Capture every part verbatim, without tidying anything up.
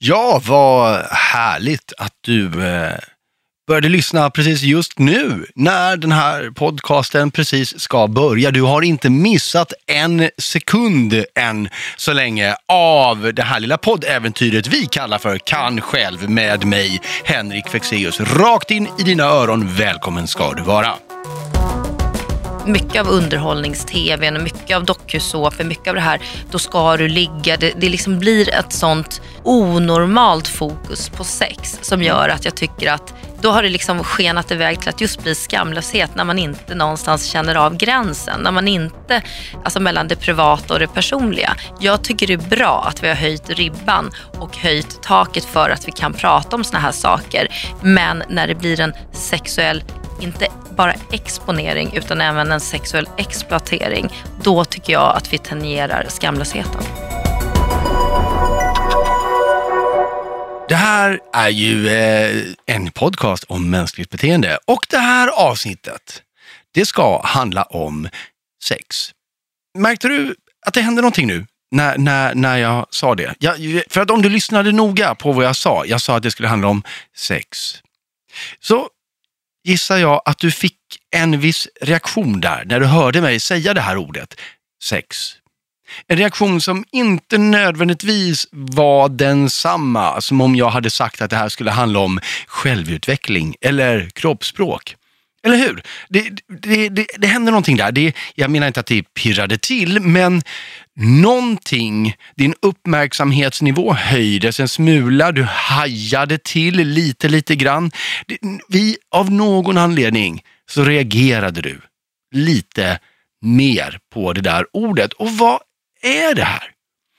Ja, vad härligt att du eh, började lyssna precis just nu när den här podcasten precis ska börja. Du har inte missat en sekund än så länge av det här lilla poddäventyret vi kallar för Kan själv med mig, Henrik Fexeus. Rakt in i dina öron, välkommen ska du vara. Mycket av underhållnings-tvn och mycket av dokusåpor, mycket av det här, då ska du ligga. Det, det liksom blir ett sånt onormalt fokus på sex som gör att jag tycker att då har det liksom skenat iväg till att just bli skamlöshet när man inte någonstans känner av gränsen. När man inte, alltså mellan det privata och det personliga. Jag tycker det är bra att vi har höjt ribban och höjt taket för att vi kan prata om såna här saker. Men när det blir en sexuell, inte bara exponering utan även en sexuell exploatering, då tycker jag att vi tangerar skamlösheten. Det här är ju eh, en podcast om mänskligt beteende och det här avsnittet, det ska handla om sex. Märkte du att det hände någonting nu när, när, när jag sa det? Jag, för att om du lyssnade noga på vad jag sa, jag sa att det skulle handla om sex. Så gissar jag att du fick en viss reaktion där när du hörde mig säga det här ordet, sex. En reaktion som inte nödvändigtvis var densamma som om jag hade sagt att det här skulle handla om självutveckling eller kroppsspråk. Eller hur? Det, det, det, det hände någonting där. Det, jag menar inte att det pirrade till, men någonting, din uppmärksamhetsnivå höjdes en smula, du hajade till lite, lite grann. Det, vi, av någon anledning så reagerade du lite mer på det där ordet. Och vad är det här?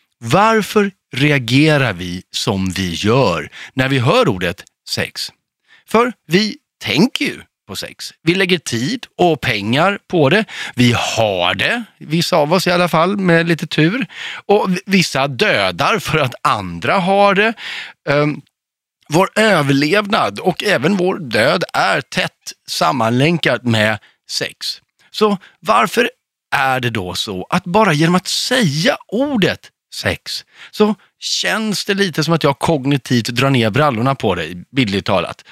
Varför reagerar vi som vi gör när vi hör ordet sex? För vi tänker ju på sex. Vi lägger tid och pengar på det. Vi har det, vissa av oss i alla fall, med lite tur. Och vissa dödar för att andra har det. Um, vår överlevnad och även vår död är tätt sammanlänkat med sex. Så varför är det då så att bara genom att säga ordet sex så känns det lite som att jag kognitivt drar ner brallorna på dig, bildligt talat.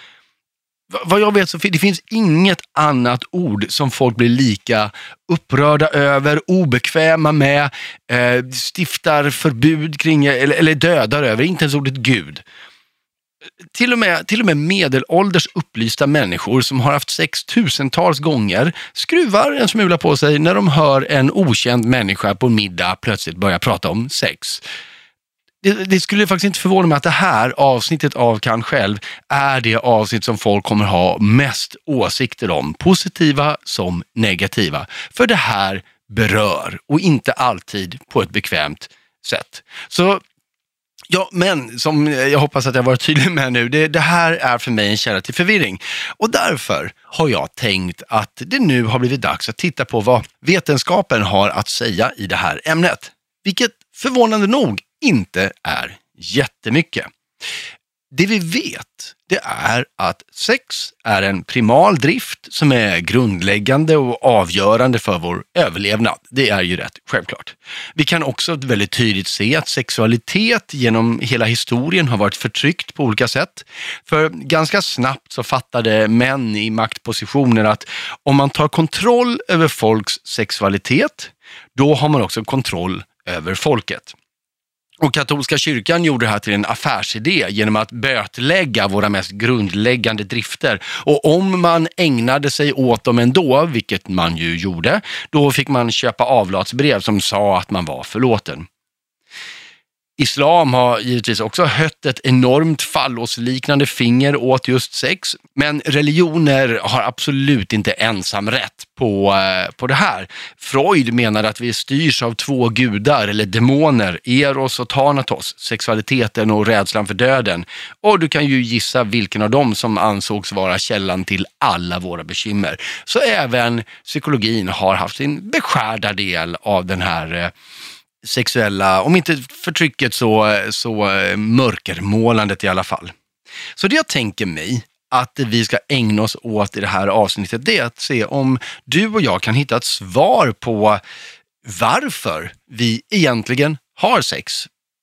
Vad jag vet så det finns inget annat ord som folk blir lika upprörda över, obekväma med, eh, stiftar förbud kring eller, eller dödar över, inte ens ordet Gud. Till och, med, till och med medelålders upplysta människor som har haft sex tusentals gånger skruvar en smula på sig när de hör en okänd människa på middag plötsligt börja prata om sex. Det, det skulle faktiskt inte förvåna mig att det här avsnittet av Kan själv är det avsnitt som folk kommer ha mest åsikter om, positiva som negativa. För det här berör och inte alltid på ett bekvämt sätt. Så ja, men som jag hoppas att jag varit tydlig med nu, det, det här är för mig en källa till förvirring. Och därför har jag tänkt att det nu har blivit dags att titta på vad vetenskapen har att säga i det här ämnet. Vilket förvånande nog inte är jättemycket. Det vi vet, det är att sex är en primal drift som är grundläggande och avgörande för vår överlevnad. Det är ju rätt självklart. Vi kan också väldigt tydligt se att sexualitet genom hela historien har varit förtryckt på olika sätt. För ganska snabbt så fattade män i maktpositioner att om man tar kontroll över folks sexualitet, då har man också kontroll över folket. Och katolska kyrkan gjorde det här till en affärsidé genom att bötlägga våra mest grundläggande drifter. Och om man ägnade sig åt dem ändå, vilket man ju gjorde, då fick man köpa avlatsbrev som sa att man var förlåten. Islam har givetvis också hött ett enormt fallosliknande finger åt just sex, men religioner har absolut inte ensam rätt på, på det här. Freud menar att vi styrs av två gudar eller demoner, Eros och Thanatos, sexualiteten och rädslan för döden. Och du kan ju gissa vilken av dem som ansågs vara källan till alla våra bekymmer. Så även psykologin har haft sin beskärda del av den här sexuella, om inte förtrycket så, så mörkermålandet i alla fall. Så det jag tänker mig att vi ska ägna oss åt i det här avsnittet, det är att se om du och jag kan hitta ett svar på varför vi egentligen har sex.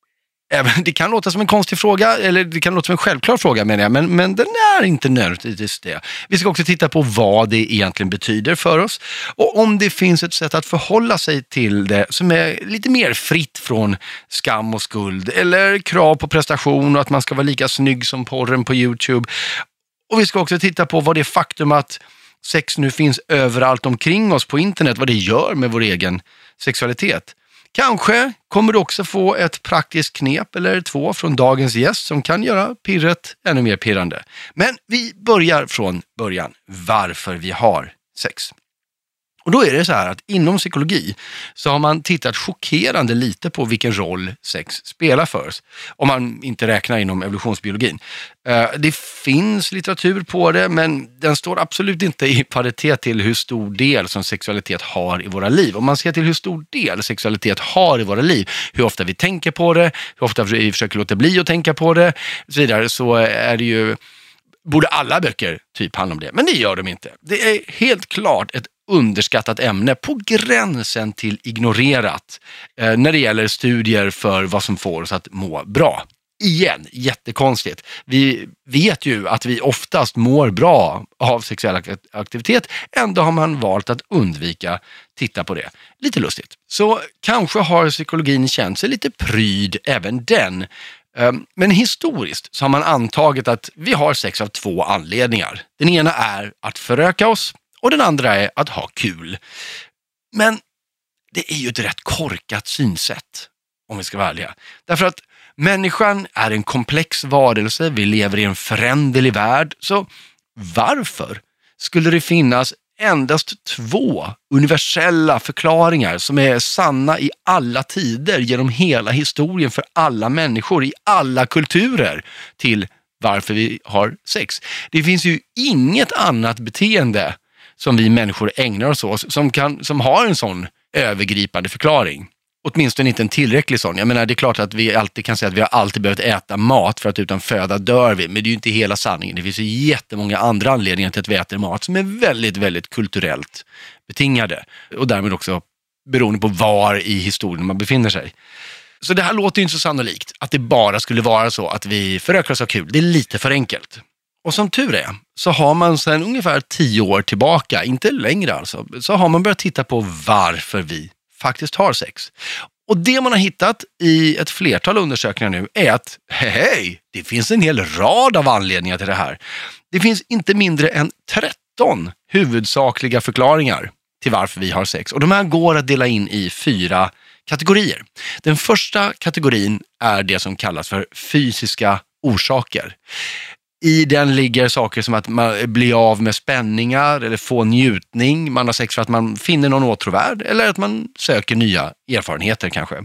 Även, det kan låta som en konstig fråga, eller det kan låta som en självklar fråga menar jag, men, men den är inte nödvändigtvis det. Vi ska också titta på vad det egentligen betyder för oss och om det finns ett sätt att förhålla sig till det som är lite mer fritt från skam och skuld eller krav på prestation och att man ska vara lika snygg som porren på YouTube. Och vi ska också titta på vad det faktum att sex nu finns överallt omkring oss på internet, vad det gör med vår egen sexualitet. Kanske kommer du också få ett praktiskt knep eller två från dagens gäst som kan göra pirret ännu mer pirrande. Men vi börjar från början, varför vi har sex. Och då är det så här att inom psykologi så har man tittat chockerande lite på vilken roll sex spelar för oss. Om man inte räknar inom evolutionsbiologin. Det finns litteratur på det men den står absolut inte i paritet till hur stor del som sexualitet har i våra liv. Om man ser till hur stor del sexualitet har i våra liv, hur ofta vi tänker på det, hur ofta vi försöker låta bli att tänka på det och så vidare, så är det ju, borde alla böcker typ handla om det. Men det gör de inte. Det är helt klart ett underskattat ämne på gränsen till ignorerat eh, när det gäller studier för vad som får oss att må bra. Igen, jättekonstigt. Vi vet ju att vi oftast mår bra av sexuell aktivitet, ändå har man valt att undvika titta på det. Lite lustigt. Så kanske har psykologin känt sig lite pryd, även den. Men historiskt så har man antagit att vi har sex av två anledningar. Den ena är att föröka oss och den andra är att ha kul. Men det är ju ett rätt korkat synsätt om vi ska vara ärliga. Därför att människan är en komplex varelse, vi lever i en föränderlig värld. Så varför skulle det finnas endast två universella förklaringar som är sanna i alla tider genom hela historien för alla människor i alla kulturer till varför vi har sex? Det finns ju inget annat beteende som vi människor ägnar oss åt som, kan, som har en sån övergripande förklaring. Åtminstone inte en tillräcklig sån. Jag menar, det är klart att vi alltid kan säga att vi har alltid behövt äta mat för att utan föda dör vi. Men det är ju inte hela sanningen. Det finns ju jättemånga andra anledningar till att vi äter mat som är väldigt, väldigt kulturellt betingade. Och därmed också beroende på var i historien man befinner sig. Så det här låter ju inte så sannolikt. Att det bara skulle vara så att vi förökar oss av kul. Det är lite för enkelt. Och som tur är så har man sedan ungefär tio år tillbaka, inte längre alltså, så har man börjat titta på varför vi faktiskt har sex. Och det man har hittat i ett flertal undersökningar nu är att hej, det finns en hel rad av anledningar till det här. Det finns inte mindre än tretton huvudsakliga förklaringar till varför vi har sex. Och de här går att dela in i fyra kategorier. Den första kategorin är det som kallas för fysiska orsaker. I den ligger saker som att man blir av med spänningar eller får njutning. Man har sex för att man finner någon åtråvärd eller att man söker nya erfarenheter kanske.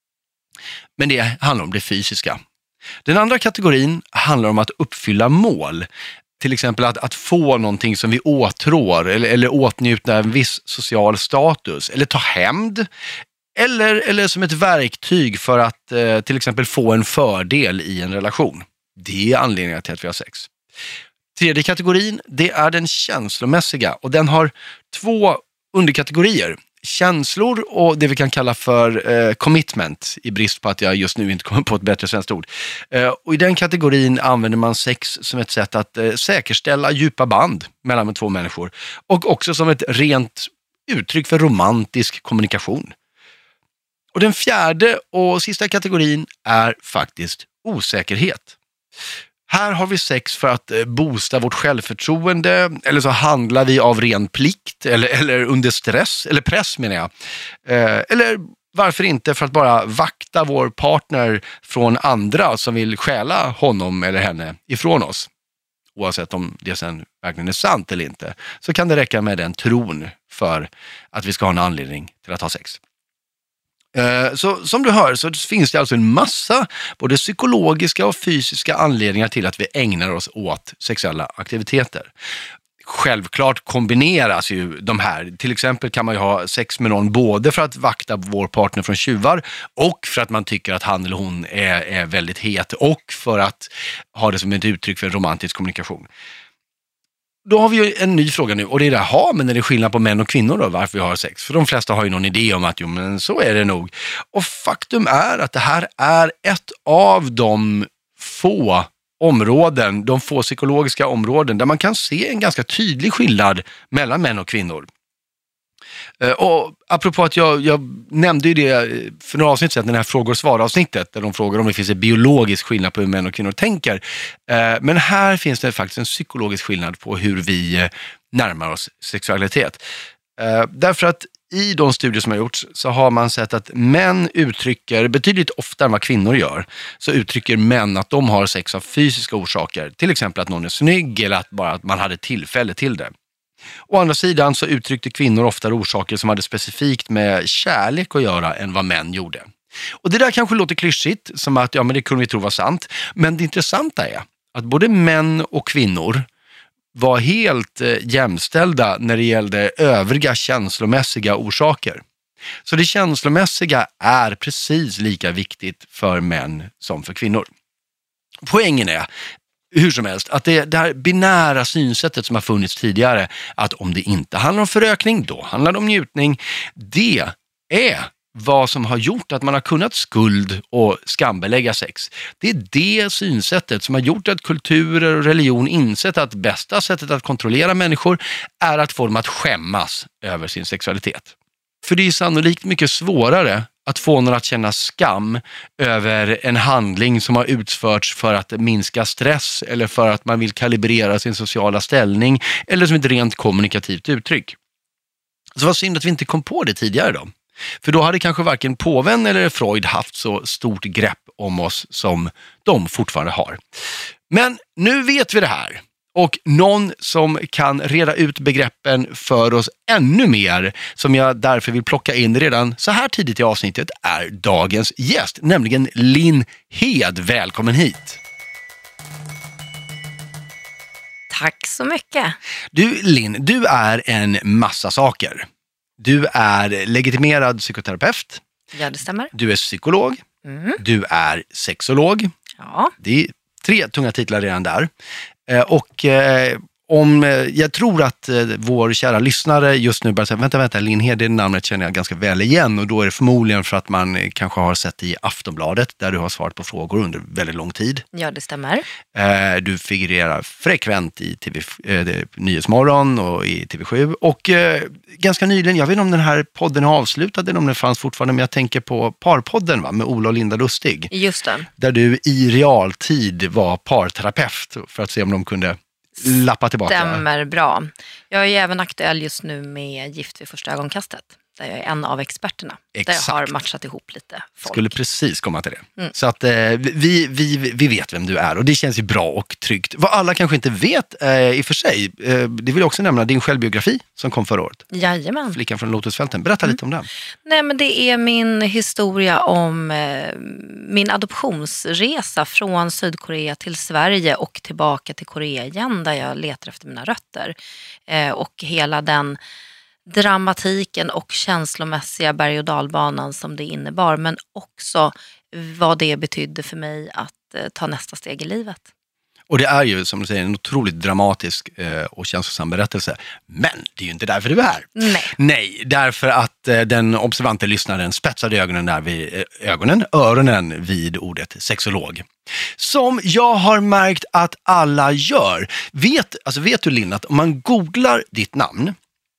Men det handlar om det fysiska. Den andra kategorin handlar om att uppfylla mål. Till exempel att, att få någonting som vi åtrår eller, eller åtnjuta en viss social status eller ta hämnd. Eller, eller som ett verktyg för att eh, till exempel få en fördel i en relation. Det är anledningen till att vi har sex. Tredje kategorin, det är den känslomässiga och den har två underkategorier. Känslor och det vi kan kalla för eh, commitment i brist på att jag just nu inte kommer på ett bättre svenskt ord. Eh, och i den kategorin använder man sex som ett sätt att eh, säkerställa djupa band mellan två människor och också som ett rent uttryck för romantisk kommunikation. Och den fjärde och sista kategorin är faktiskt osäkerhet. Här har vi sex för att boosta vårt självförtroende eller så handlar vi av ren plikt eller, eller under stress eller press menar jag. Eh, eller varför inte för att bara vakta vår partner från andra som vill stjäla honom eller henne ifrån oss. Oavsett om det sen verkligen är sant eller inte så kan det räcka med den tron för att vi ska ha en anledning till att ha sex. Så som du hör så finns det alltså en massa både psykologiska och fysiska anledningar till att vi ägnar oss åt sexuella aktiviteter. Självklart kombineras ju de här. Till exempel kan man ju ha sex med någon både för att vakta vår partner från tjuvar och för att man tycker att han eller hon är, är väldigt het och för att ha det som ett uttryck för romantisk kommunikation. Då har vi ju en ny fråga nu och det är det här, men är det skillnad på män och kvinnor då, varför vi har sex? För de flesta har ju någon idé om att jo, men så är det nog. Och faktum är att det här är ett av de få områden, de få psykologiska områden där man kan se en ganska tydlig skillnad mellan män och kvinnor. Och apropå att jag, jag nämnde ju det för några avsnitt sedan, den här frågor och svar-avsnittet där de frågar om det finns en biologisk skillnad på hur män och kvinnor tänker. Men här finns det faktiskt en psykologisk skillnad på hur vi närmar oss sexualitet. Därför att i de studier som har gjorts så har man sett att män uttrycker betydligt oftare än vad kvinnor gör, så uttrycker män att de har sex av fysiska orsaker. Till exempel att någon är snygg eller att bara att man hade tillfälle till det. Å andra sidan så uttryckte kvinnor oftare orsaker som hade specifikt med kärlek att göra än vad män gjorde. Och det där kanske låter klyschigt, som att ja, men det kunde vi tro var sant. Men det intressanta är att både män och kvinnor var helt eh, jämställda när det gällde övriga känslomässiga orsaker. Så det känslomässiga är precis lika viktigt för män som för kvinnor. Poängen är hur som helst, att det, det här binära synsättet som har funnits tidigare, att om det inte handlar om förökning, då handlar det om njutning, det är vad som har gjort att man har kunnat skuld- och skambelägga sex. Det är det synsättet som har gjort att kulturer och religion insett att bästa sättet att kontrollera människor är att få dem att skämmas över sin sexualitet. För det är sannolikt mycket svårare att få någon att känna skam över en handling som har utförts för att minska stress eller för att man vill kalibrera sin sociala ställning eller som ett rent kommunikativt uttryck. Så vad synd att vi inte kom på det tidigare då. För då hade kanske varken påven eller Freud haft så stort grepp om oss som de fortfarande har. Men nu vet vi det här. Och någon som kan reda ut begreppen för oss ännu mer, som jag därför vill plocka in redan så här tidigt i avsnittet, är dagens gäst, nämligen Linn Hed. Välkommen hit! Tack så mycket. Du Linn, du är en massa saker. Du är legitimerad psykoterapeut. Ja, det stämmer. Du är psykolog. Mm. Du är sexolog. Ja. Det är tre tunga titlar redan där. Och eh, om, jag tror att eh, vår kära lyssnare just nu bara säger, vänta, vänta, Linn Hed, det namnet känner jag ganska väl igen, och då är det förmodligen för att man eh, kanske har sett i Aftonbladet där du har svarat på frågor under väldigt lång tid. Ja, det stämmer. Eh, du figurerar frekvent i T V, eh, Nyhetsmorgon och i T V sju, och eh, ganska nyligen, jag vet inte om den här podden är avslutad eller om den fanns fortfarande, men jag tänker på Parpodden, va, med Ola och Linda Lustig. Just det. Där du i realtid var parterapeut för att se om de kunde lappa tillbaka. Stämmer bra. Jag är ju även aktuell just nu med Gift vid första ögonkastet, där jag är en av experterna. Exakt. Där jag har matchat ihop lite folk. Skulle precis komma till det. Mm. Så att eh, vi, vi, vi vet vem du är, och det känns ju bra och tryggt. Vad alla kanske inte vet eh, i och för sig, eh, det vill jag också nämna, din självbiografi som kom förra året. Jajamän. Flickan från Lotusfälten. Berätta mm. lite om den. Nej, men det är min historia om eh, min adoptionsresa från Sydkorea till Sverige och tillbaka till Korea igen, där jag letar efter mina rötter. Eh, och hela den dramatiken och känslomässiga berg- och dalbanan som det innebar, men också vad det betydde för mig att eh, ta nästa steg i livet. Och det är ju, som du säger, en otroligt dramatisk eh, och känslosam berättelse. Men det är ju inte därför du är här. Nej. Nej, därför att eh, den observante lyssnaren spetsade ögonen där vid, eh, ögonen, öronen vid ordet sexolog. Som jag har märkt att alla gör. Vet, alltså vet du, Linn, att om man googlar ditt namn,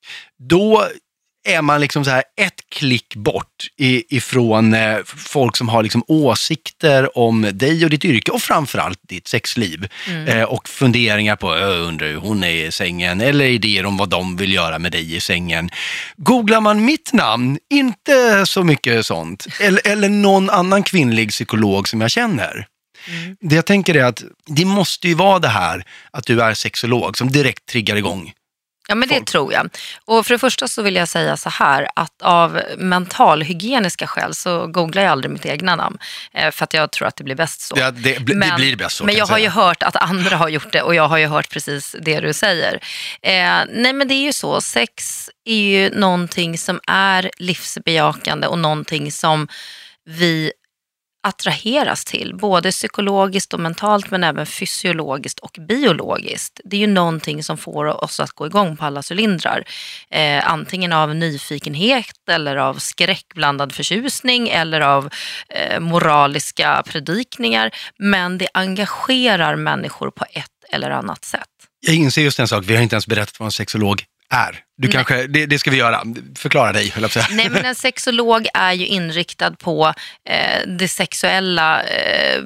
då är man liksom så här ett klick bort ifrån eh, folk som har liksom åsikter om dig och ditt yrke och framförallt ditt sexliv. Mm. Eh, och funderingar på, jag undrar hur hon är i sängen, eller idéer om vad de vill göra med dig i sängen. Googlar man mitt namn, inte så mycket sånt. Eller, eller någon annan kvinnlig psykolog som jag känner. Mm. Det jag tänker är att det måste ju vara det här att du är sexolog som direkt triggar igång. Ja, men det folk. tror jag. Och för det första så vill jag säga så här, att av mentalhygieniska skäl så googlar jag aldrig mitt egna namn. Eh, för att jag tror att det blir bäst så. Ja, det, det men, blir bäst så. Men jag, jag har säga. ju hört att andra har gjort det, och jag har ju hört precis det du säger. Eh, nej, men det är ju så. Sex är ju någonting som är livsbejakande och någonting som vi attraheras till, både psykologiskt och mentalt men även fysiologiskt och biologiskt. Det är ju någonting som får oss att gå igång på alla cylindrar. Eh, antingen av nyfikenhet eller av skräckblandad förtjusning eller av eh, moraliska predikningar. Men det engagerar människor på ett eller annat sätt. Jag inser just en sak, vi har inte ens berättat vad en sexolog är. Du kanske, det, det ska vi göra. Förklara dig, höll jag på att säga. Nej, men en sexolog är ju inriktad på eh, det sexuella eh,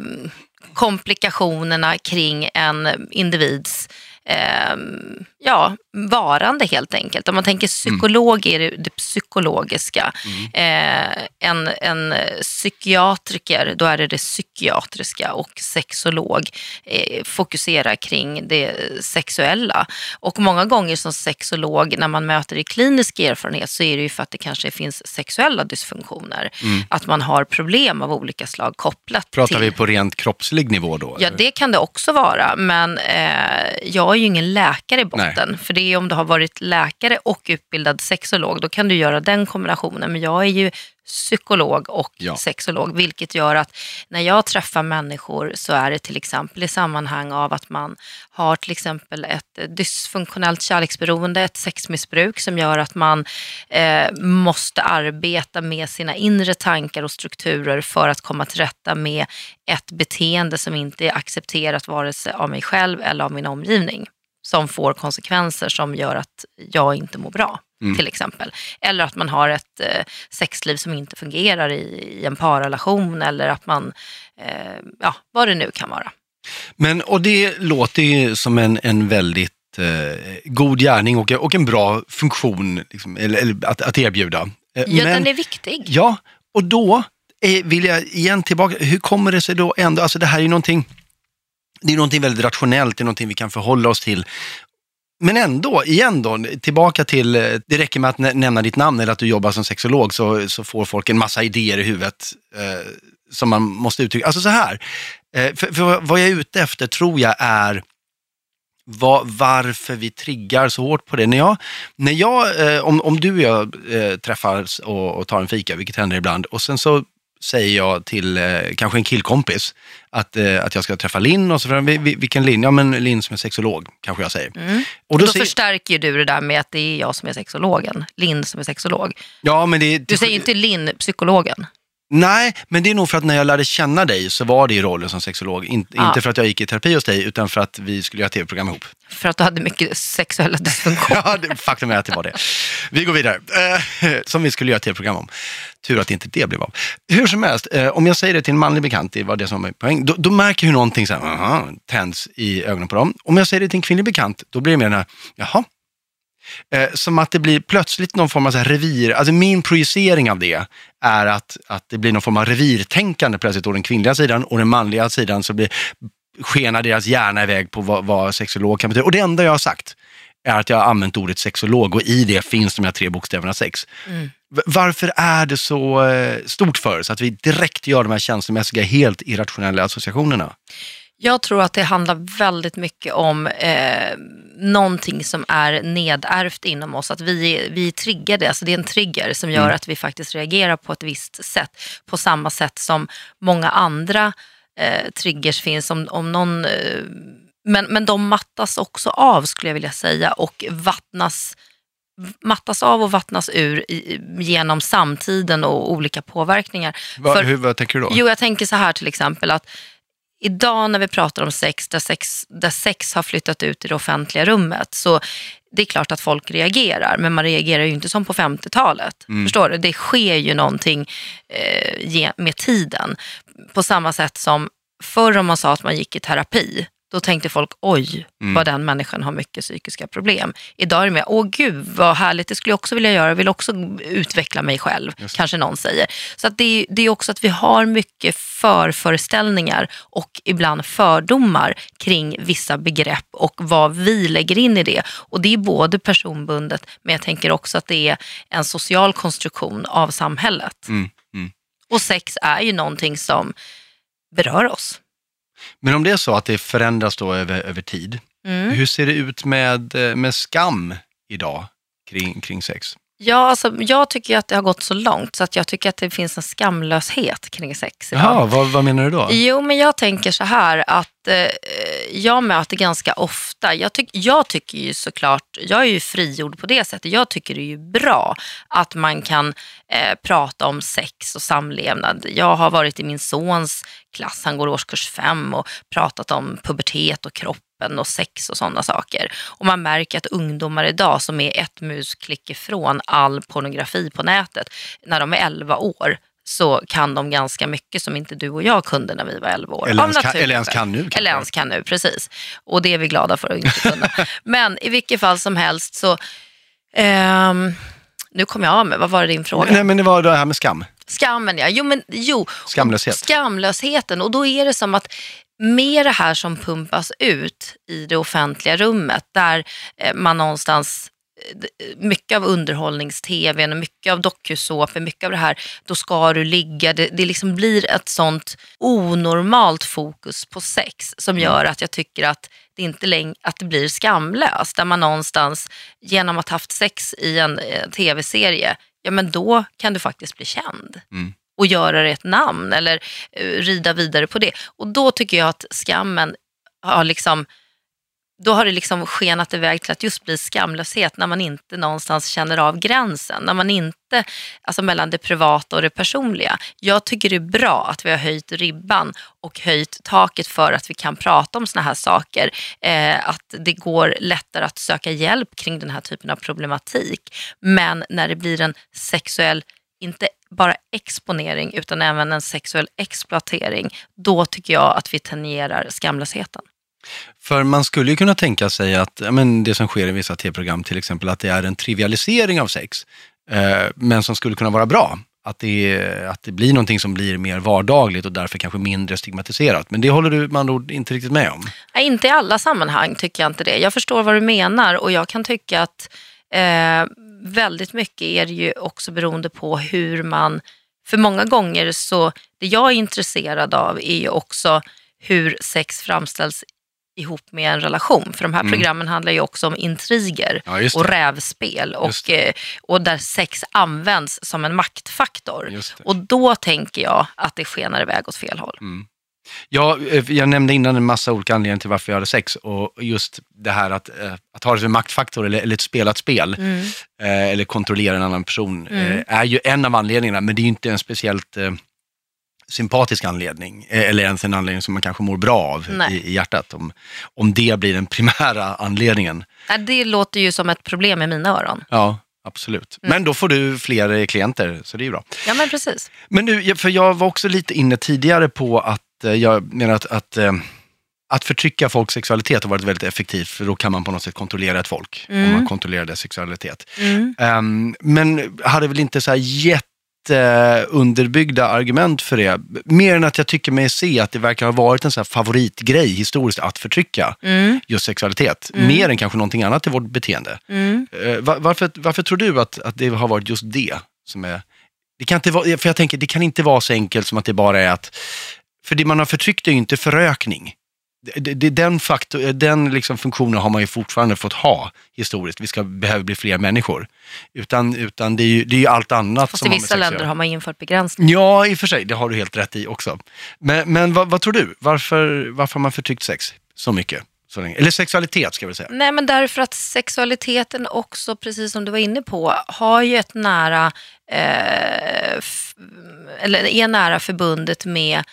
komplikationerna kring en individs eh, ja, varande helt enkelt. Om man tänker psykolog är det, det psykologiska. Mm. Eh, en, en psykiatriker, då är det det psykiatriska, och sexolog eh, fokuserar kring det sexuella. Och många gånger som sexolog, när man möter i klinisk erfarenhet, så är det ju för att det kanske finns sexuella dysfunktioner. Mm. Att man har problem av olika slag kopplat Pratar till... vi på rent kroppslig nivå då? Ja, eller? det kan det också vara, men eh, jag är ju ingen läkare i botten. Nej. För det är om du har varit läkare och utbildad sexolog, då kan du göra den kombinationen. Men jag är ju psykolog och ja. sexolog, vilket gör att när jag träffar människor så är det till exempel i sammanhang av att man har till exempel ett dysfunktionellt kärleksberoende, ett sexmissbruk som gör att man eh, måste arbeta med sina inre tankar och strukturer för att komma till rätta med ett beteende som inte är accepterat vare sig av mig själv eller av min omgivning, som får konsekvenser som gör att jag inte mår bra, mm. till exempel. Eller att man har ett eh, sexliv som inte fungerar i, i en parrelation, eller att man, eh, ja, vad det nu kan vara. Men, och det låter ju som en, en väldigt eh, god gärning och, och en bra funktion liksom, eller, eller att, att erbjuda. Eh, ja, men, den är viktig. Ja, och då eh, vill jag igen tillbaka, hur kommer det sig då ändå, alltså det här är ju någonting... Det är någonting väldigt rationellt, det är någonting vi kan förhålla oss till. Men ändå, igen då, tillbaka till, det räcker med att nämna ditt namn eller att du jobbar som sexolog, så, så får folk en massa idéer i huvudet eh, som man måste uttrycka. Alltså så här, eh, för, för vad jag är ute efter tror jag är var, varför vi triggar så hårt på det. När jag, när jag, eh, om, om du och jag eh, träffas och, och tar en fika, vilket händer ibland, och sen så säger jag till eh, kanske en killkompis att, eh, att jag ska träffa Linn, och så frågar vi, vilken Linn? Ja, men Linn som är sexolog, kanske jag säger. Mm. Och då, och då säger... förstärker du det där med att det är jag som är sexologen, Linn som är sexolog. Ja, men det, du säger inte Linn, psykologen. Nej, men det är nog för att när jag lärde känna dig så var det i rollen som sexolog. In, ja. Inte för att jag gick i terapi hos dig, utan för att vi skulle göra tv-program ihop. För att du hade mycket sexuella dysfunktioner. Ja, det, faktum är att det var det. Vi går vidare. Eh, som vi skulle göra tv-program om. Tur att inte det blev av. Hur som helst, eh, om jag säger det till en manlig bekant, det var det som var poäng, då, då märker hur någonting så här, aha, tänds i ögonen på dem. Om jag säger det till en kvinnlig bekant, då blir det mer den här, jaha. Eh, som att det blir plötsligt någon form av så här revir, alltså min projicering av det är att, att det blir någon form av revirtänkande plötsligt å den kvinnliga sidan, och den manliga sidan så blir skenar deras hjärna iväg på vad, vad sexolog kan betyda. Och det enda jag har sagt är att jag har använt ordet sexolog, och i det finns de här tre bokstäverna sex. Mm. Varför är det så eh, stort för oss att vi direkt gör de här känslomässiga, helt irrationella associationerna? Jag tror att det handlar väldigt mycket om eh, någonting som är nedärvt inom oss. Att vi, vi är triggade, alltså det är en trigger som gör mm. att vi faktiskt reagerar på ett visst sätt. På samma sätt som många andra eh, triggers finns. Om, om någon, eh, men, men de mattas också av, skulle jag vilja säga, och vattnas mattas av och vattnas ur i, genom samtiden och olika påverkningar. Va, För, hur, vad tänker du då? Jo, jag tänker så här till exempel att idag när vi pratar om sex där, sex, där sex har flyttat ut i det offentliga rummet, så det är klart att folk reagerar, men man reagerar ju inte som på femtiotalet. Mm. Förstår du? Det sker ju någonting eh, med tiden. På samma sätt som förr om man sa att man gick i terapi, då tänkte folk, oj, mm. vad den människan har mycket psykiska problem. Idag är det med, åh gud, vad härligt, det skulle jag också vilja göra. Jag vill också utveckla mig själv, kanske någon säger. Så att det, är, det är också att vi har mycket förföreställningar och ibland fördomar kring vissa begrepp och vad vi lägger in i det. Och det är både personbundet, men jag tänker också att det är en social konstruktion av samhället. Mm. Mm. Och sex är ju någonting som berör oss. Men om det är så att det förändras då över, över tid, mm. hur ser det ut med, med skam idag kring, kring sex? Ja, alltså, jag tycker ju att det har gått så långt så att jag tycker att det finns en skamlöshet kring sex idag. Ja, vad, vad menar du då? Jo, men jag tänker så här att eh, jag möter ganska ofta, jag, tyck, jag tycker ju såklart, jag är ju frigjord på det sättet, jag tycker det är ju bra att man kan eh, prata om sex och samlevnad. Jag har varit i min sons klass, han går årskurs fem och pratat om pubertet och kropp och sex och sådana saker. Och man märker att ungdomar idag som är ett musklick ifrån all pornografi på nätet, när de är elva år så kan de ganska mycket som inte du och jag kunde när vi var elva år. Eller ens kan, eller ens kan nu. Kanske. Eller ens kan nu, precis. Och det är vi glada för att inte kunna. Men i vilket fall som helst så... Ehm, nu kommer jag av med, vad var det din fråga? Nej, men det var det här med skam. Skammen, ja. Jo, men jo. Skamlöshet. Skamlösheten. Och då är det som att med det här som pumpas ut i det offentliga rummet där man någonstans, mycket av underhållningstvn och mycket av dokusåpor, mycket av det här, då ska du ligga, det, det liksom blir ett sånt onormalt fokus på sex som gör att jag tycker att det inte längre, att det blir skamlöst, där man någonstans genom att haft sex i en eh, tv-serie, ja men då kan du faktiskt bli känd. Mm. Och göra det ett namn eller uh, rida vidare på det. Och då tycker jag att skammen har liksom, då har det liksom skenat iväg till att just bli skamlöshet när man inte någonstans känner av gränsen. När man inte, alltså mellan det privata och det personliga. Jag tycker det är bra att vi har höjt ribban och höjt taket för att vi kan prata om såna här saker. Eh, att det går lättare att söka hjälp kring den här typen av problematik. Men när det blir en sexuell, inte bara exponering utan även en sexuell exploatering, då tycker jag att vi tangerar skamlösheten. För man skulle ju kunna tänka sig att ja, men det som sker i vissa tv-program till exempel, att det är en trivialisering av sex, eh, men som skulle kunna vara bra. Att det, att det blir någonting som blir mer vardagligt och därför kanske mindre stigmatiserat. Men det håller du man då inte riktigt med om? Nej, inte i alla sammanhang tycker jag inte det. Jag förstår vad du menar och jag kan tycka att eh, väldigt mycket är det ju också beroende på hur man, för många gånger så, det jag är intresserad av är ju också hur sex framställs ihop med en relation. För de här mm. programmen handlar ju också om intriger ja, och rävspel och, och där sex används som en maktfaktor. Och då tänker jag att det skenar iväg åt fel håll. Mm. Ja, jag nämnde innan en massa olika anledningar till varför jag hade sex och just det här att, att ha det som en maktfaktor eller, eller ett spelat spel mm. eller kontrollera en annan person mm. är ju en av anledningarna, men det är ju inte en speciellt sympatisk anledning eller ens en anledning som man kanske mår bra av i, i hjärtat om, om det blir den primära anledningen. Ja, det låter ju som ett problem i mina öron. Ja, absolut. Mm. Men då får du fler klienter, så det är ju bra. Ja, men precis. Men nu, för jag var också lite inne tidigare på att jag menar att, att, att förtrycka folks sexualitet har varit väldigt effektivt, för då kan man på något sätt kontrollera ett folk mm. om man kontrollerar dess sexualitet. Mm. Um, men hade väl inte så här jätte underbyggda argument för det. Mer än att jag tycker mig se att det verkar ha varit en så här favoritgrej historiskt att förtrycka mm. just sexualitet. Mm. Mer än kanske någonting annat i vårt beteende. Mm. Uh, var, varför, varför tror du att, att det har varit just det som är... Det kan inte vara, för jag tänker, det kan inte vara så enkelt som att det bara är att... För det man har förtryckt är ju inte förökning. Det, det, den faktor, den liksom funktionen har man ju fortfarande fått ha historiskt. Vi ska behöver bli fler människor. Utan, utan det, är ju, det är ju allt annat. Fast som i vissa länder har man infört begränsning. Ja, i och för sig. Det har du helt rätt i också. Men, men vad, vad tror du? Varför, varför har man förtryckt sex så mycket? Så länge? Eller sexualitet ska vi säga. Nej, men därför att sexualiteten också, precis som du var inne på, har ju ett nära eh, f- eller är nära förbundet med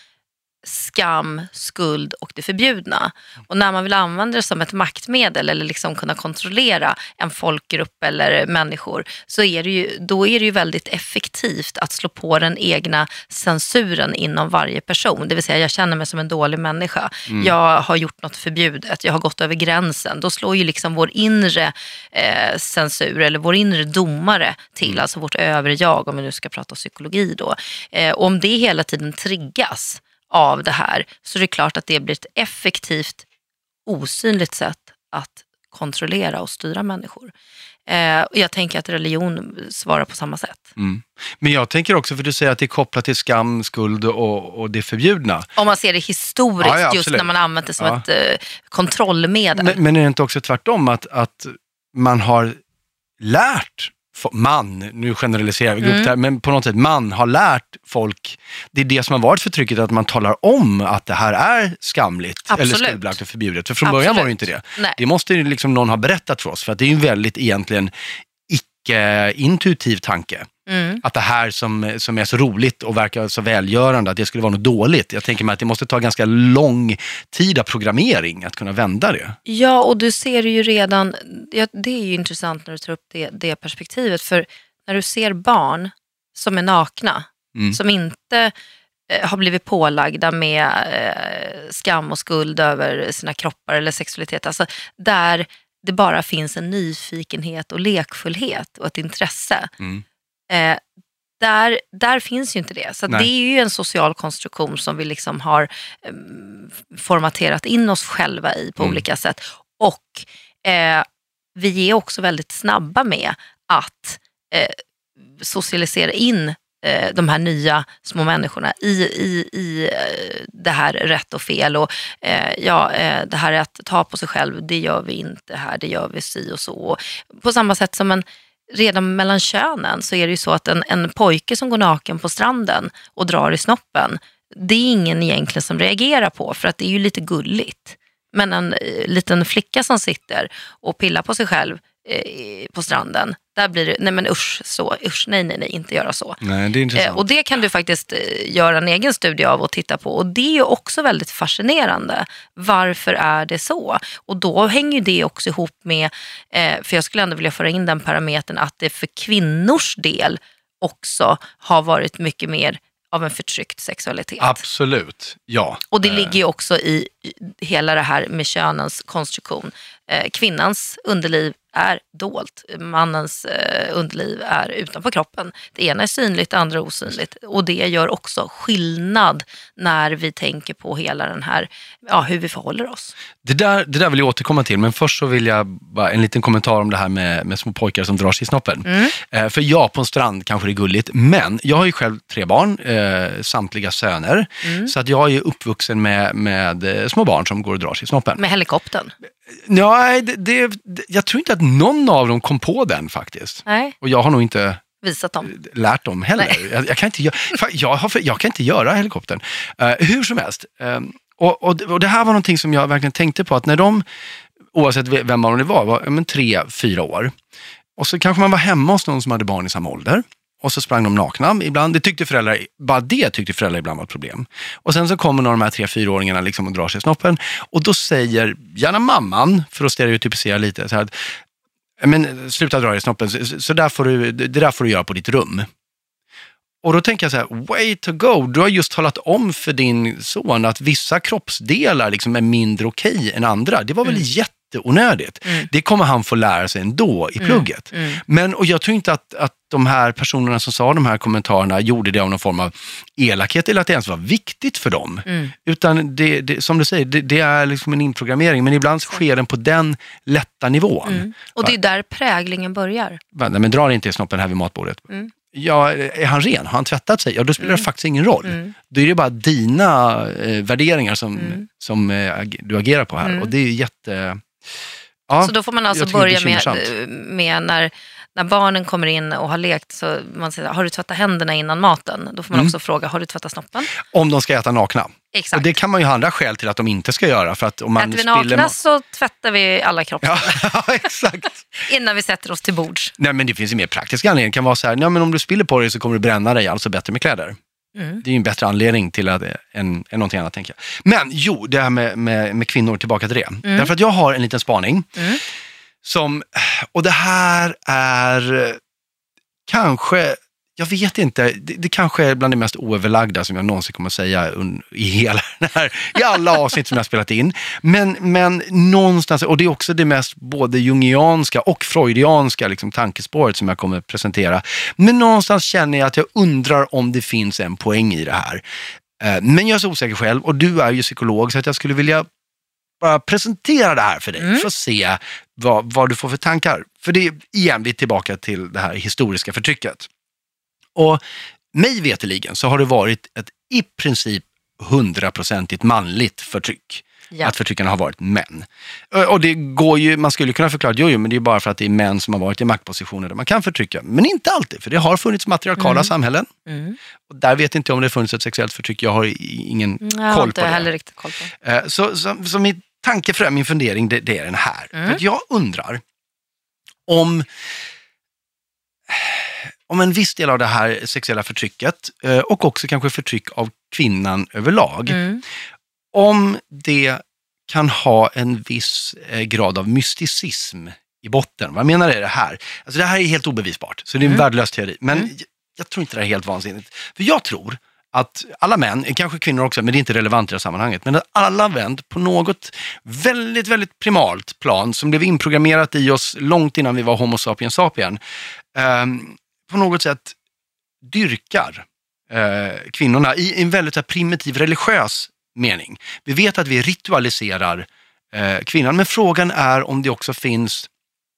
skam, skuld och det förbjudna. Och när man vill använda det som ett maktmedel eller liksom kunna kontrollera en folkgrupp eller människor, så är det ju, då är det ju väldigt effektivt att slå på den egna censuren inom varje person. Det vill säga, jag känner mig som en dålig människa. Mm. Jag har gjort något förbjudet. Jag har gått över gränsen. Då slår ju liksom vår inre eh, censur eller vår inre domare till, mm. alltså vårt övre jag, om vi nu ska prata psykologi då. Eh, och om det hela tiden triggas av det här, så är det klart att det blir ett effektivt, osynligt sätt att kontrollera och styra människor. Eh, och jag tänker att religion svarar på samma sätt. Mm. Men jag tänker också, för du säger att det är kopplat till skam, skuld och, och det förbjudna. Om man ser det historiskt, ja, ja, just när man använt det som ja. ett eh, kontrollmedel. Men, men är det inte också tvärtom att, att man har lärt man, nu generaliserar vi mm. där, men på något sätt man har lärt folk, det är det som har varit förtrycket, att man talar om att det här är skamligt. Absolut. Eller skuldbelagt och förbjudet. För från Absolut. början var det inte det. Nej. Det måste ju liksom någon ha berättat för oss, för att det är ju en väldigt egentligen icke-intuitiv tanke. Mm. Att det här som, som är så roligt och verkar så välgörande, att det skulle vara något dåligt. Jag tänker mig att det måste ta ganska lång tid av programmering att kunna vända det. Ja, och du ser ju redan, ja, det är ju intressant när du tar upp det, det perspektivet. För när du ser barn som är nakna, mm. som inte eh, har blivit pålagda med eh, skam och skuld över sina kroppar eller sexualitet. Alltså där det bara finns en nyfikenhet och lekfullhet och ett intresse. Mm. Eh, där, där finns ju inte det. Så det är ju en social konstruktion som vi liksom har eh, formaterat in oss själva i på mm. olika sätt. Och eh, vi är också väldigt snabba med att eh, socialisera in eh, de här nya små människorna i, i, i eh, det här rätt och fel. Och eh, ja, eh, det här är att ta på sig själv, det gör vi inte här, det gör vi si och så. Och på samma sätt som en redan mellan könen så är det ju så att en, en pojke som går naken på stranden och drar i snoppen, det är ingen egentligen som reagerar på, för att det är ju lite gulligt. Men en eh, liten flicka som sitter och pillar på sig själv eh, på stranden, där blir det, nej men usch, så, usch, nej, nej, nej, inte göra så. Nej, det är intressant. Eh, och det kan du faktiskt eh, göra en egen studie av och titta på. Och det är ju också väldigt fascinerande. Varför är det så? Och då hänger ju det också ihop med, eh, för jag skulle ändå vilja föra in den parametern, att det för kvinnors del också har varit mycket mer av en förtryckt sexualitet. Absolut, ja. Och det ligger ju också i hela det här med könens konstruktion. Eh, kvinnans underliv är dolt. Mannens eh, underliv är utanpå kroppen. Det ena är synligt, det andra är osynligt. Och det gör också skillnad när vi tänker på hela den här, ja, hur vi förhåller oss. Det där, det där vill jag återkomma till, men först så vill jag bara en liten kommentar om det här med, med små pojkar som drar sig i snoppen. Mm. Eh, för ja, på en strand kanske det är gulligt, men jag har ju själv tre barn, eh, samtliga söner, mm. så att jag är uppvuxen med, med små barn som går och drar sig i snoppen. Med helikoptern? Nej, det, det, jag tror inte att någon av dem kom på den faktiskt. Nej. Och jag har nog inte visat dem. Lärt dem heller. Jag, jag, kan inte göra, jag, har, jag kan inte göra helikoptern. Uh, hur som helst. Um, och, och, och det här var någonting som jag verkligen tänkte på. Att när de, oavsett vem av dem det var, var men, tre, fyra år. Och så kanske man var hemma hos någon som hade barn i samma ålder. Och så sprang de nakna ibland. Det tyckte föräldrar, bara det tyckte föräldrar ibland var ett problem. Och sen så kommer några av de här tre, fyraåringarna liksom och drar sig i snoppen. Och då säger gärna mamman, för att stereotypisera lite, så här att, men sluta dra i snoppen, så, så där får du, det där får du göra på ditt rum. Och då tänker jag så här, way to go. Du har just talat om för din son att vissa kroppsdelar liksom är mindre okej än andra. Det var väl mm. jätteonödigt. Mm. Det kommer han få lära sig ändå i plugget. Mm. Mm. Men, och jag tror inte att, att de här personerna som sa de här kommentarerna gjorde det av någon form av elakhet eller att det ens var viktigt för dem. Mm. Utan det, det, som du säger, det, det är liksom en inprogrammering. Men ibland sker den på den lätta nivån. Mm. Och det är där präglingen börjar. Nej, men drar inte i snoppen här vid matbordet. Mm. Ja, är han ren? Har han tvättat sig? Ja, då spelar mm. det faktiskt ingen roll. Mm. Då är det bara dina eh, värderingar som, mm. som eh, du agerar på här. Mm. Och det är jätte... Ja, så då får man alltså börja med, med när, när barnen kommer in och har lekt, så man säger, har du tvättat händerna innan maten? Då får man mm. också fråga, har du tvättat snoppen? Om de ska äta nakna. Exakt. Och det kan man ju ha andra skäl till att de inte ska göra. För att om man Äter vi nakna ma- så tvättar vi alla kroppar. Ja, exakt. Innan vi sätter oss till bords. Nej, men det finns ju mer praktiska anledningar. Det kan vara så här, nej, men om du spiller på dig så kommer du bränna dig, alltså bättre med kläder. Mm. Det är ju en bättre anledning till att, än, än någonting annat, tänker jag. Men jo, det här med, med, med kvinnor, tillbaka till det. Mm. Därför att jag har en liten spaning. Mm. Som, och det här är kanske, jag vet inte, det, det kanske är bland det mest oöverlagda som jag någonsin kommer att säga un, i hela den här, i alla avsnitt som jag har spelat in. Men, men någonstans, och det är också det mest både jungianska och freudianska liksom, tankespåret som jag kommer att presentera. Men någonstans känner jag att jag undrar om det finns en poäng i det här. Men jag är så osäker själv, och du är ju psykolog, så att jag skulle vilja bara presentera det här för dig, mm. för att se vad, vad du får för tankar. För det är igen, vi är tillbaka till det här historiska förtrycket. Och mig veteligen så har det varit ett i princip hundraprocentigt manligt förtryck. Ja. att förtryckarna har varit män. Och det går ju, man skulle kunna förklara, jo, jo, men det är bara för att det är män som har varit i maktpositioner där man kan förtrycka. Men inte alltid, för det har funnits matriarkala Mm. samhällen. Mm. Och där vet inte jag om det funnits ett sexuellt förtryck, jag har ingen Jag koll har på inte det. heller riktigt koll på. Eh, Så, så, så min tanke för det, min fundering, det, det är den här. Mm. För att jag undrar om, om en viss del av det här sexuella förtrycket eh, och också kanske förtryck av kvinnan överlag, Mm. om det kan ha en viss eh, grad av mysticism i botten. Vad menar jag det här? Alltså det här är helt obevisbart, så det är en Mm. värdelös teori. Men Mm. jag, jag tror inte det är helt vansinnigt. För jag tror att alla män, kanske kvinnor också, men det är inte relevant i det här sammanhanget, men att alla män på något väldigt, väldigt primalt plan som blev inprogrammerat i oss långt innan vi var homo sapiens sapien, eh, på något sätt dyrkar eh, kvinnorna i en väldigt så här, primitiv religiös mening. Vi vet att vi ritualiserar eh, kvinnan, men frågan är om det också finns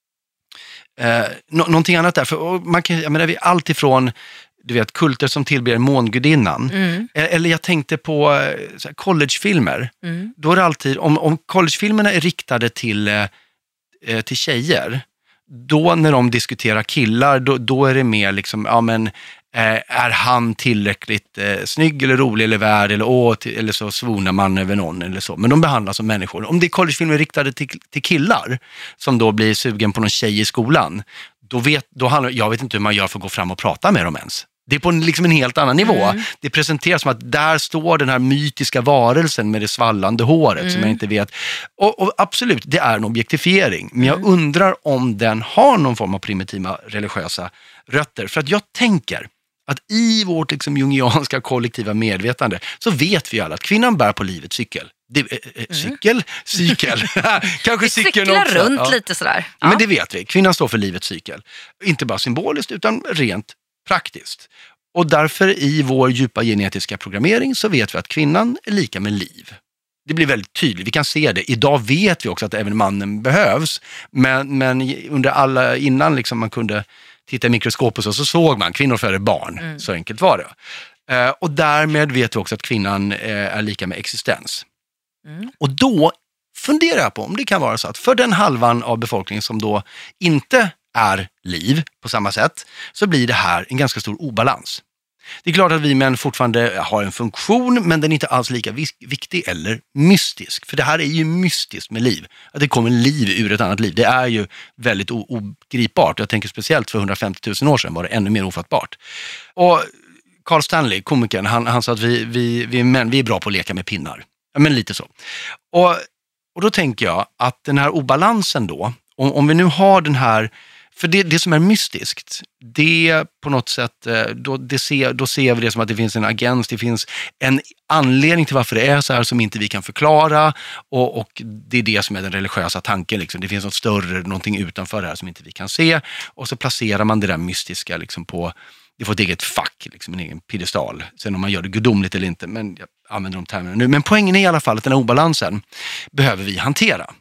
eh, nå- någonting annat där. För och man kan, jag menar, vi är allt ifrån, du vet, kulter som tillber mångudinnan. Mm. Eh, Eller jag tänkte på eh, så här, collegefilmer. Mm. Då är det alltid, om, om collegefilmerna är riktade till, eh, eh, till tjejer, då när de diskuterar killar, då, då är det mer liksom, ja men, eh, är han tillräckligt eh, snygg eller rolig eller värd eller, åh, till, eller så svonar man över någon eller så. Men de behandlas som människor. Om det är collegefilmer riktade till, till killar som då blir sugen på någon tjej i skolan, då vet, då handlar, jag vet inte hur man gör för att gå fram och prata med dem ens. Det är på en, liksom en helt annan nivå. Mm. Det presenteras som att där står den här mytiska varelsen med det svallande håret Mm. som jag inte vet. Och, och absolut, det är en objektifiering. Men jag Mm. undrar om den har någon form av primitiva religiösa rötter. För att jag tänker att i vårt liksom jungianska kollektiva medvetande så vet vi alla att kvinnan bär på livets cykel. Det, äh, äh, cykel? Cykel. Kanske Vi cykeln cyklar också. runt Ja. lite sådär. Ja. Men det vet vi. Kvinnan står för livets cykel. Inte bara symboliskt utan rent praktiskt. Och därför i vår djupa genetiska programmering så vet vi att kvinnan är lika med liv. Det blir väldigt tydligt, vi kan se det. Idag vet vi också att även mannen behövs. Men, men under alla, innan liksom man kunde titta i mikroskop och så, så såg man kvinnor föder barn. Mm. Så enkelt var det. Eh, och därmed vet vi också att kvinnan eh, är lika med existens. Mm. Och då funderar jag på om det kan vara så att för den halvan av befolkningen som då inte är liv på samma sätt, så blir det här en ganska stor obalans. Det är klart att vi män fortfarande har en funktion, men den är inte alls lika viktig eller mystisk. För det här är ju mystiskt med liv. Att det kommer liv ur ett annat liv. Det är ju väldigt o- ogripbart. Jag tänker speciellt för hundrafemtio tusen år sedan var det ännu mer ofattbart. Och Carl Stanley, komikern, han, han sa att vi, vi, vi män vi är bra på att leka med pinnar. Ja, men lite så. Och, och då tänker jag att den här obalansen då, om, om vi nu har den här. För det, det som är mystiskt, det på något sätt, då, det ser, då ser vi det som att det finns en agens, det finns en anledning till varför det är så här som inte vi kan förklara, och, och det är det som är den religiösa tanken. Liksom. Det finns något större, någonting utanför det här som inte vi kan se, och så placerar man det där mystiska liksom på, det får ett eget fack, liksom en egen piedestal. Sen om man gör det gudomligt eller inte, men jag använder de termerna nu. Men poängen är i alla fall att den här obalansen behöver vi hantera.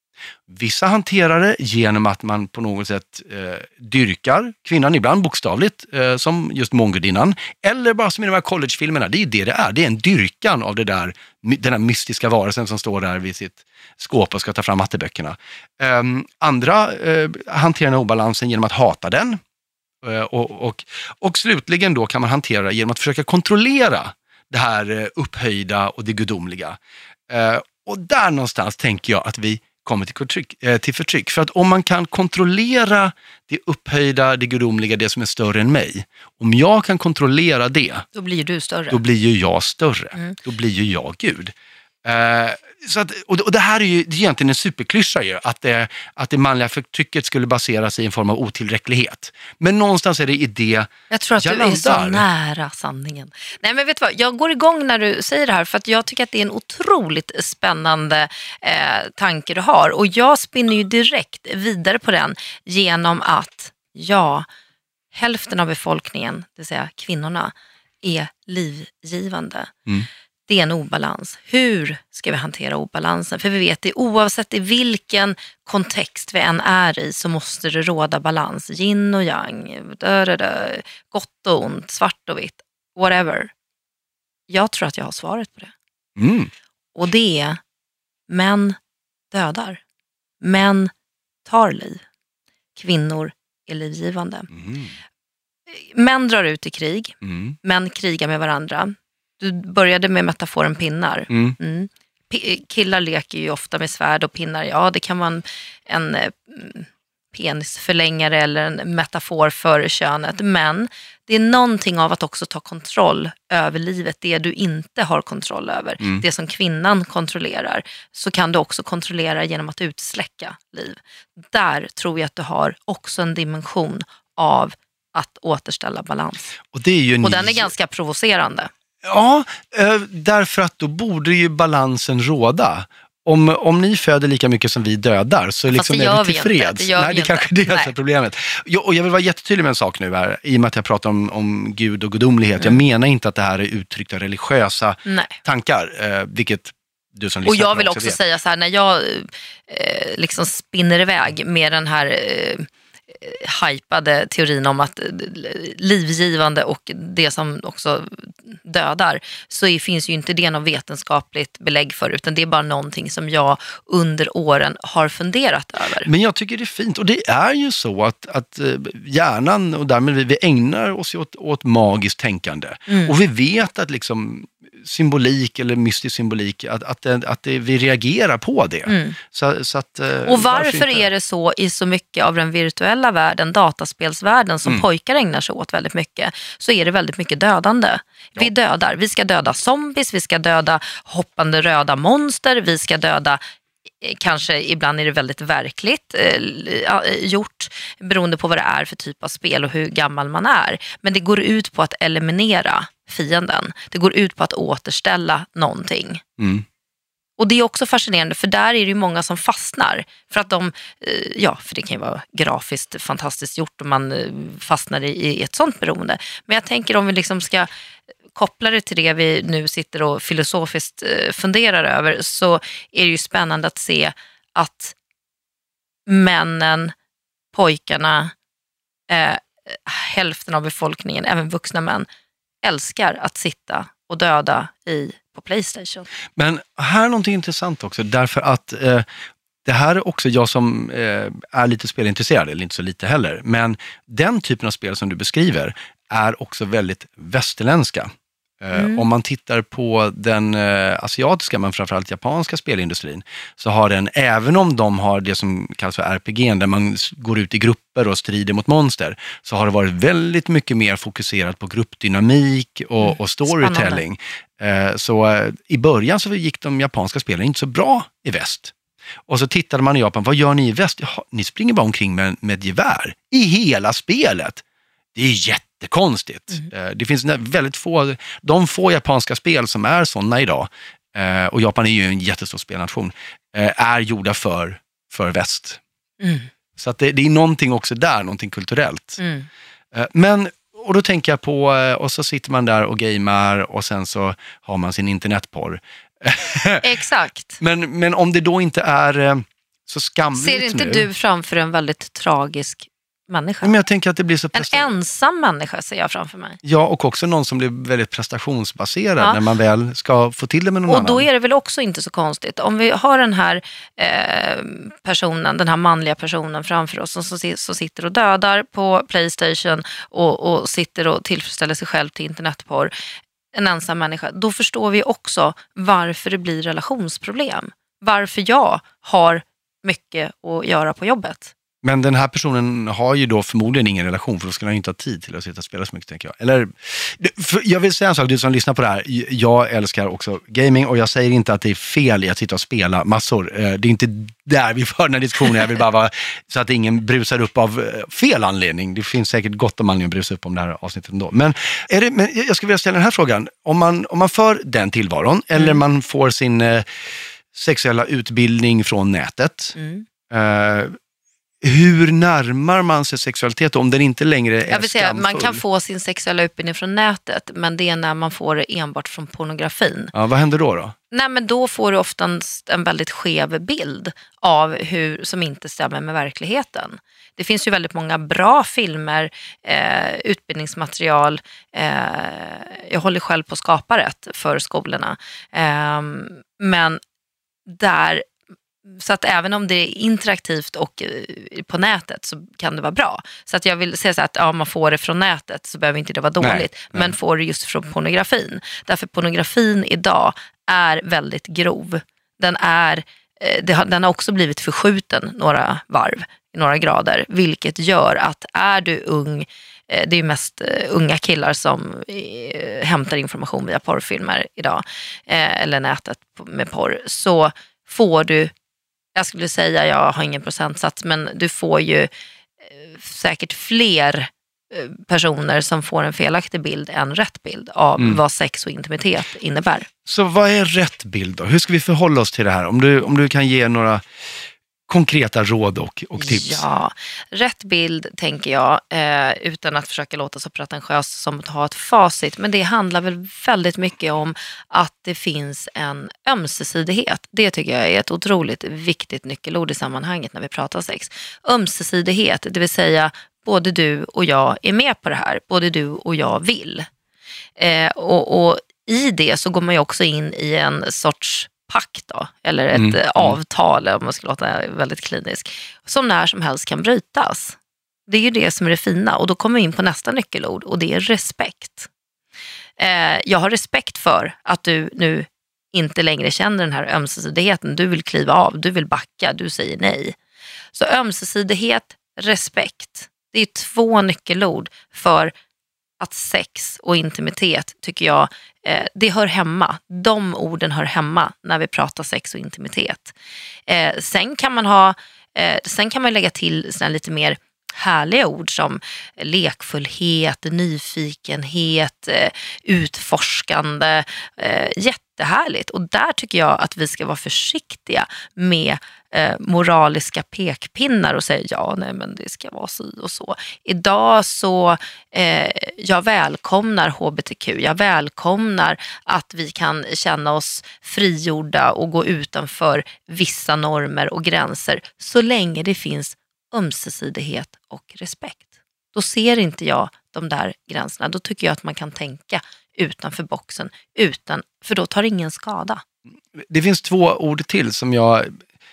Vissa hanterar det genom att man på något sätt eh, dyrkar kvinnan, ibland bokstavligt, eh, som just mångudinnan, eller bara som i de här collegefilmerna. Det är det det är. Det är en dyrkan av det där, den här mystiska varelsen som står där vid sitt skåp och ska ta fram matteböckerna. Eh, andra eh, hanterar den här obalansen genom att hata den. Eh, och, och, och slutligen då kan man hantera det genom att försöka kontrollera det här eh, upphöjda och det gudomliga. Eh, och där någonstans tänker jag att vi kommer till förtryck, eh, till förtryck. För att om man kan kontrollera det upphöjda, det gudomliga, det som är större än mig. Om jag kan kontrollera det, Då blir ju du större. då blir ju jag större. Mm. Då blir ju jag Gud. Eh, så att, och, och det här är ju det är egentligen en superklyscha ju, att det, att det manliga förtrycket skulle baseras i en form av otillräcklighet. Men någonstans är det i det Jag tror att jag du är så landar. nära sanningen. Nej, men vet du vad? Jag går igång när du säger det här, för att jag tycker att det är en otroligt spännande eh, tanke du har. Och jag spinner ju direkt vidare på den genom att, ja, hälften av befolkningen, det vill säga kvinnorna, är livgivande. Mm. Det är en obalans. Hur ska vi hantera obalansen? För vi vet det, oavsett i vilken kontext vi än är i, så måste det råda balans. Yin och yang, dö, dö, dö, gott och ont, svart och vitt, whatever. Jag tror att jag har svaret på det. Mm. Och det är Män dödar. Män tar liv. Kvinnor är livgivande. Mm. Män drar ut i krig. Mm. Män krigar med varandra. Du började med metaforen pinnar. Mm. Mm. P- killar leker ju ofta med svärd och pinnar. Ja, det kan vara en, en eh, penisförlängare eller en metafor för könet. Men det är någonting av att också ta kontroll över livet. Det du inte har kontroll över. Mm. Det som kvinnan kontrollerar. Så kan du också kontrollera genom att utsläcka liv. Där tror jag att du har också en dimension av att återställa balans. Och, det är ju en Och den är ny- ganska provocerande. Ja, eh, därför att då borde ju balansen råda. Om, om ni föder lika mycket som vi dödar så liksom det är gör vi vi inte. tillfreds. Det gör Nej, vi det inte. kanske det är Nej. så problemet. Jo, och jag vill vara jättetydlig med en sak nu här, i och med att jag pratar om, om Gud och gudomlighet. Mm. Jag menar inte att det här är uttryckta religiösa Nej. tankar, eh, vilket du som Och lyssnar jag på vill också också vet. säga så här, när jag eh, liksom spinner iväg med den här eh, hypade teorin om att eh, livgivande och det som också dödar, så är, finns ju inte det något vetenskapligt belägg för, utan det är bara någonting som jag under åren har funderat över. Men jag tycker det är fint, och det är ju så att, att eh, hjärnan och därmed vi, vi ägnar oss åt, åt magiskt tänkande. Mm. Och vi vet att liksom symbolik eller mystisk symbolik, att, att, det, att det, vi reagerar på det. Mm. Så, så att, eh, Och varför inte? är det så i så mycket av den virtuella världen, dataspelsvärlden som Mm. pojkar ägnar sig åt väldigt mycket, så är det väldigt mycket dödande. Vi dödar, vi ska döda zombies, vi ska döda hoppande röda monster, vi ska döda, eh, kanske ibland är det väldigt verkligt eh, gjort, beroende på vad det är för typ av spel och hur gammal man är. Men det går ut på att eliminera fienden. Det går ut på att återställa någonting. Mm. Och det är också fascinerande, för där är det ju många som fastnar. För att de, eh, ja, för det kan ju vara grafiskt fantastiskt gjort om man eh, fastnar i, i ett sånt beroende. Men jag tänker om vi liksom ska koppla det till det vi nu sitter och filosofiskt eh, funderar över, så är det ju spännande att se att männen, pojkarna, eh, hälften av befolkningen, även vuxna män, älskar att sitta och döda i på PlayStation. Men här är någonting intressant också, därför att eh, det här är också jag som eh, är lite spelintresserad, eller inte så lite heller, men den typen av spel som du beskriver är också väldigt västerländska. Eh, Mm. Om man tittar på den eh, asiatiska, men framförallt japanska spelindustrin, så har den, även om de har det som kallas för R P G, där man s- går ut i grupper och strider mot monster, så har det varit väldigt mycket mer fokuserat på gruppdynamik och, Mm. och storytelling. Eh, så eh, i början så gick de japanska spelen inte så bra i väst. Och så tittade man i Japan, vad gör ni i väst? Jaha, ni springer bara omkring med, med ett gevär i hela spelet. Det är jättekonstigt. Mm. Eh, Det finns nä- väldigt få, de få japanska spel som är sådana idag, eh, och Japan är ju en jättestor spelnation, eh, är gjorda för, för väst. Mm. Så att det, det är någonting också där, någonting kulturellt. Mm. Eh, Men, och då tänker jag på, eh, och så sitter man där och gamer och sen så har man sin internetporr. Exakt. Men, men om det då inte är eh, så skamligt Ser inte nu. du framför en väldigt tragisk människa? Men jag tänker att det blir så En presta- ensam människa ser jag framför mig. Ja, och också någon som blir väldigt prestationsbaserad Ja. när man väl ska få till det med någon Och annan. då är det väl också inte så konstigt. Om vi har den här eh, personen, den här manliga personen framför oss som, som, si- som sitter och dödar på PlayStation och, och sitter och tillfredsställer sig själv till internetporr, en ensam människa, då förstår vi också varför det blir relationsproblem. Varför jag har mycket att göra på jobbet. Men den här personen har ju då förmodligen ingen relation, för då ska han ju inte ha tid till att sitta och spela så mycket, tänker jag. Eller, för jag vill säga en sak, du som lyssnar på det här. Jag älskar också gaming, och jag säger inte att det är fel i att sitta och spela massor. Eh, Det är inte där vi för den här diskussionen. Jag vill bara vara så att ingen brusar upp av eh, fel anledning. Det finns säkert gott om anledning att brusa upp om det här avsnittet ändå. Men, är det, men jag skulle vilja ställa den här frågan. Om man, om man för den tillvaron, eller Mm. man får sin eh, sexuella utbildning från nätet, Mm. eh, hur närmar man sig sexualitet om den inte längre är Jag vill säga, skamfull? man kan få sin sexuella utbildning från nätet, men det är när man får det enbart från pornografin. Ja, vad händer då då? Nej, men då får du ofta en, en väldigt skev bild av hur, som inte stämmer med verkligheten. Det finns ju väldigt många bra filmer, eh, utbildningsmaterial. Eh, jag håller själv på att skapa rätt för skolorna. Eh, men där, så att även om det är interaktivt och på nätet så kan det vara bra. Så att jag vill säga så att ja, man får det från nätet så behöver inte det vara dåligt. Nej, nej. Men får det just från pornografin. Därför pornografin idag är väldigt grov. Den, är, den har också blivit förskjuten några varv, några grader. Vilket gör att är du ung, det är ju mest unga killar som hämtar information via porrfilmer idag. Eller nätet med porr. Så får du, jag skulle säga, jag har ingen procentsats, men du får ju eh, säkert fler eh, personer som får en felaktig bild än rätt bild av mm. vad sex och intimitet innebär. Så vad är rätt bild då? Hur ska vi förhålla oss till det här? Om du, om du kan ge några konkreta råd och, och tips. Ja, rätt bild tänker jag, eh, utan att försöka låta så pretentiös som att ha ett facit. Men det handlar väl väldigt mycket om att det finns en ömsesidighet. Det tycker jag är ett otroligt viktigt nyckelord i sammanhanget när vi pratar sex. Ömsesidighet, det vill säga både du och jag är med på det här. Både du och jag vill. Eh, och, och i det så går man ju också in i en sorts pakt då, eller ett mm. avtal, om man ska låta väldigt klinisk, som när som helst kan brytas. Det är ju det som är det fina, och då kommer vi in på nästa nyckelord, och det är respekt. Eh, jag har respekt för att du nu inte längre känner den här ömsesidigheten. Du vill kliva av, du vill backa, du säger nej. Så ömsesidighet, respekt, det är två nyckelord för att sex och intimitet, tycker jag, eh, det hör hemma. De orden hör hemma när vi pratar sex och intimitet. Eh, sen kan man ha, eh, sen kan man lägga till såna lite mer härliga ord som lekfullhet, nyfikenhet, eh, utforskande, eh, jättehärligt. Och där tycker jag att vi ska vara försiktiga med eh, moraliska pekpinnar och säga ja, nej men det ska vara så och så. Idag så eh, jag välkomnar H B T Q, jag välkomnar att vi kan känna oss frigjorda och gå utanför vissa normer och gränser så länge det finns ömsesidighet och respekt. Då ser inte jag de där gränserna. Då tycker jag att man kan tänka utanför boxen, utan, för då tar ingen skada. Det finns två ord till som jag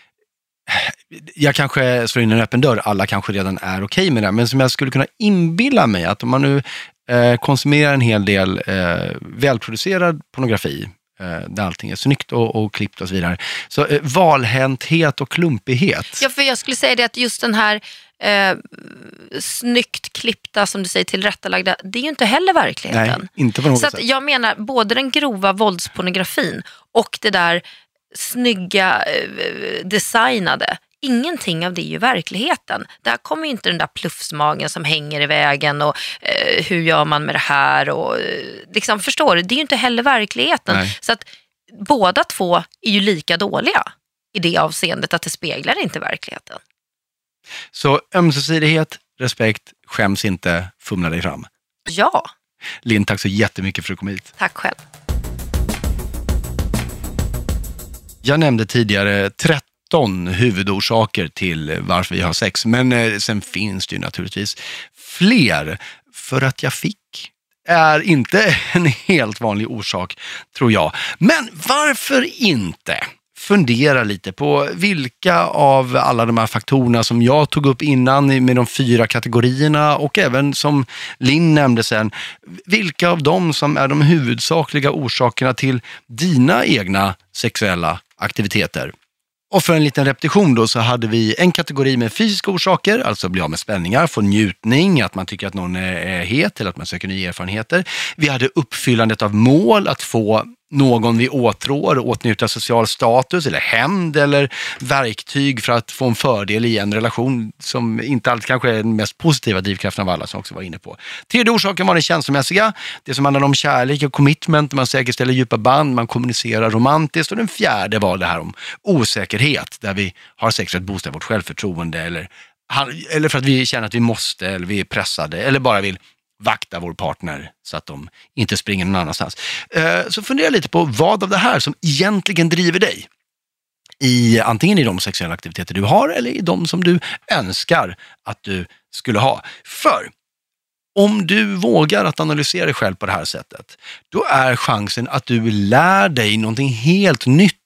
jag kanske slår in en öppen dörr, alla kanske redan är okej med det, men som jag skulle kunna inbilla mig att om man nu eh, konsumerar en hel del eh, välproducerad pornografi, där allting är snyggt och, och klippt och så vidare. Så eh, valhänthet och klumpighet. Ja, för jag skulle säga det att just den här eh, snyggt klippta, som du säger, tillrättalagda, det är ju inte heller verkligheten. Nej, inte på något Så sätt. att jag menar, både den grova våldspornografin och det där snygga eh, designade, ingenting av det är ju verkligheten. Där kommer ju inte den där pluffsmagen som hänger i vägen och eh, hur gör man med det här och eh, liksom, förstår du, det är ju inte heller verkligheten. Nej. Så att båda två är ju lika dåliga i det avseendet att det speglar inte verkligheten. Så ömsesidighet, respekt, skäms inte, fumla dig fram. Ja. Linn, tack så jättemycket för att du kom hit. Tack själv. Jag nämnde tidigare tretton huvudorsaker till varför vi har sex. Men eh, sen finns det ju naturligtvis fler. För att jag fick är inte en helt vanlig orsak, tror jag. Men varför inte fundera lite på vilka av alla de här faktorerna som jag tog upp innan med de fyra kategorierna och även som Linn nämnde sen, vilka av dem som är de huvudsakliga orsakerna till dina egna sexuella aktiviteter. Och för en liten repetition då så hade vi en kategori med fysiska orsaker, alltså bli av med spänningar, få njutning, att man tycker att någon är het eller att man söker nya erfarenheter. Vi hade uppfyllandet av mål, att få någon vi åtrår, åtnjuta social status eller hämnd eller verktyg för att få en fördel i en relation som inte alltid kanske är den mest positiva drivkraften av alla som också var inne på. Tredje orsaken var den känslomässiga, det som handlar om kärlek och commitment, man säkerställer djupa band, man kommunicerar romantiskt, och den fjärde var det här om osäkerhet där vi har sex för att boosta vårt självförtroende eller, eller för att vi känner att vi måste eller vi är pressade eller bara vill vakta vår partner så att de inte springer någon annanstans. Så fundera lite på vad av det här som egentligen driver dig i antingen i de sexuella aktiviteter du har eller i de som du önskar att du skulle ha. För om du vågar att analysera dig själv på det här sättet, då är chansen att du lär dig någonting helt nytt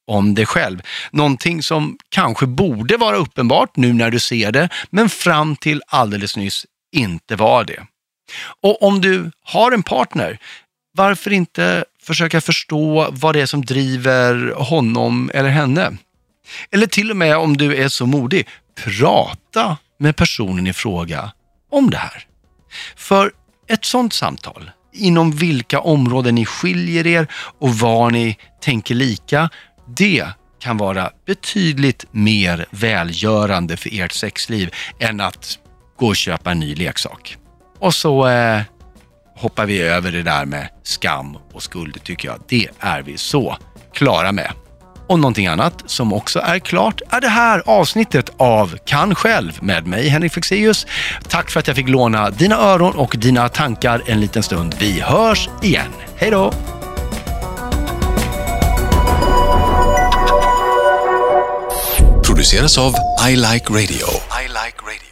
om dig själv. Någonting som kanske borde vara uppenbart nu när du ser det, men fram till alldeles nyss inte var det. Och om du har en partner, varför inte försöka förstå vad det är som driver honom eller henne? Eller till och med om du är så modig, prata med personen i fråga om det här. För ett sånt samtal, inom vilka områden ni skiljer er och var ni tänker lika, det kan vara betydligt mer välgörande för ert sexliv än att gå och köpa en ny leksak. Och så eh, hoppar vi över det där med skam och skuld, tycker jag. Det är vi så klara med. Och någonting annat som också är klart är det här avsnittet av Kan själv med mig, Henrik Fexeus. Tack för att jag fick låna dina öron och dina tankar en liten stund. Vi hörs igen. Hej då! Produceras av I Like Radio. I Like Radio.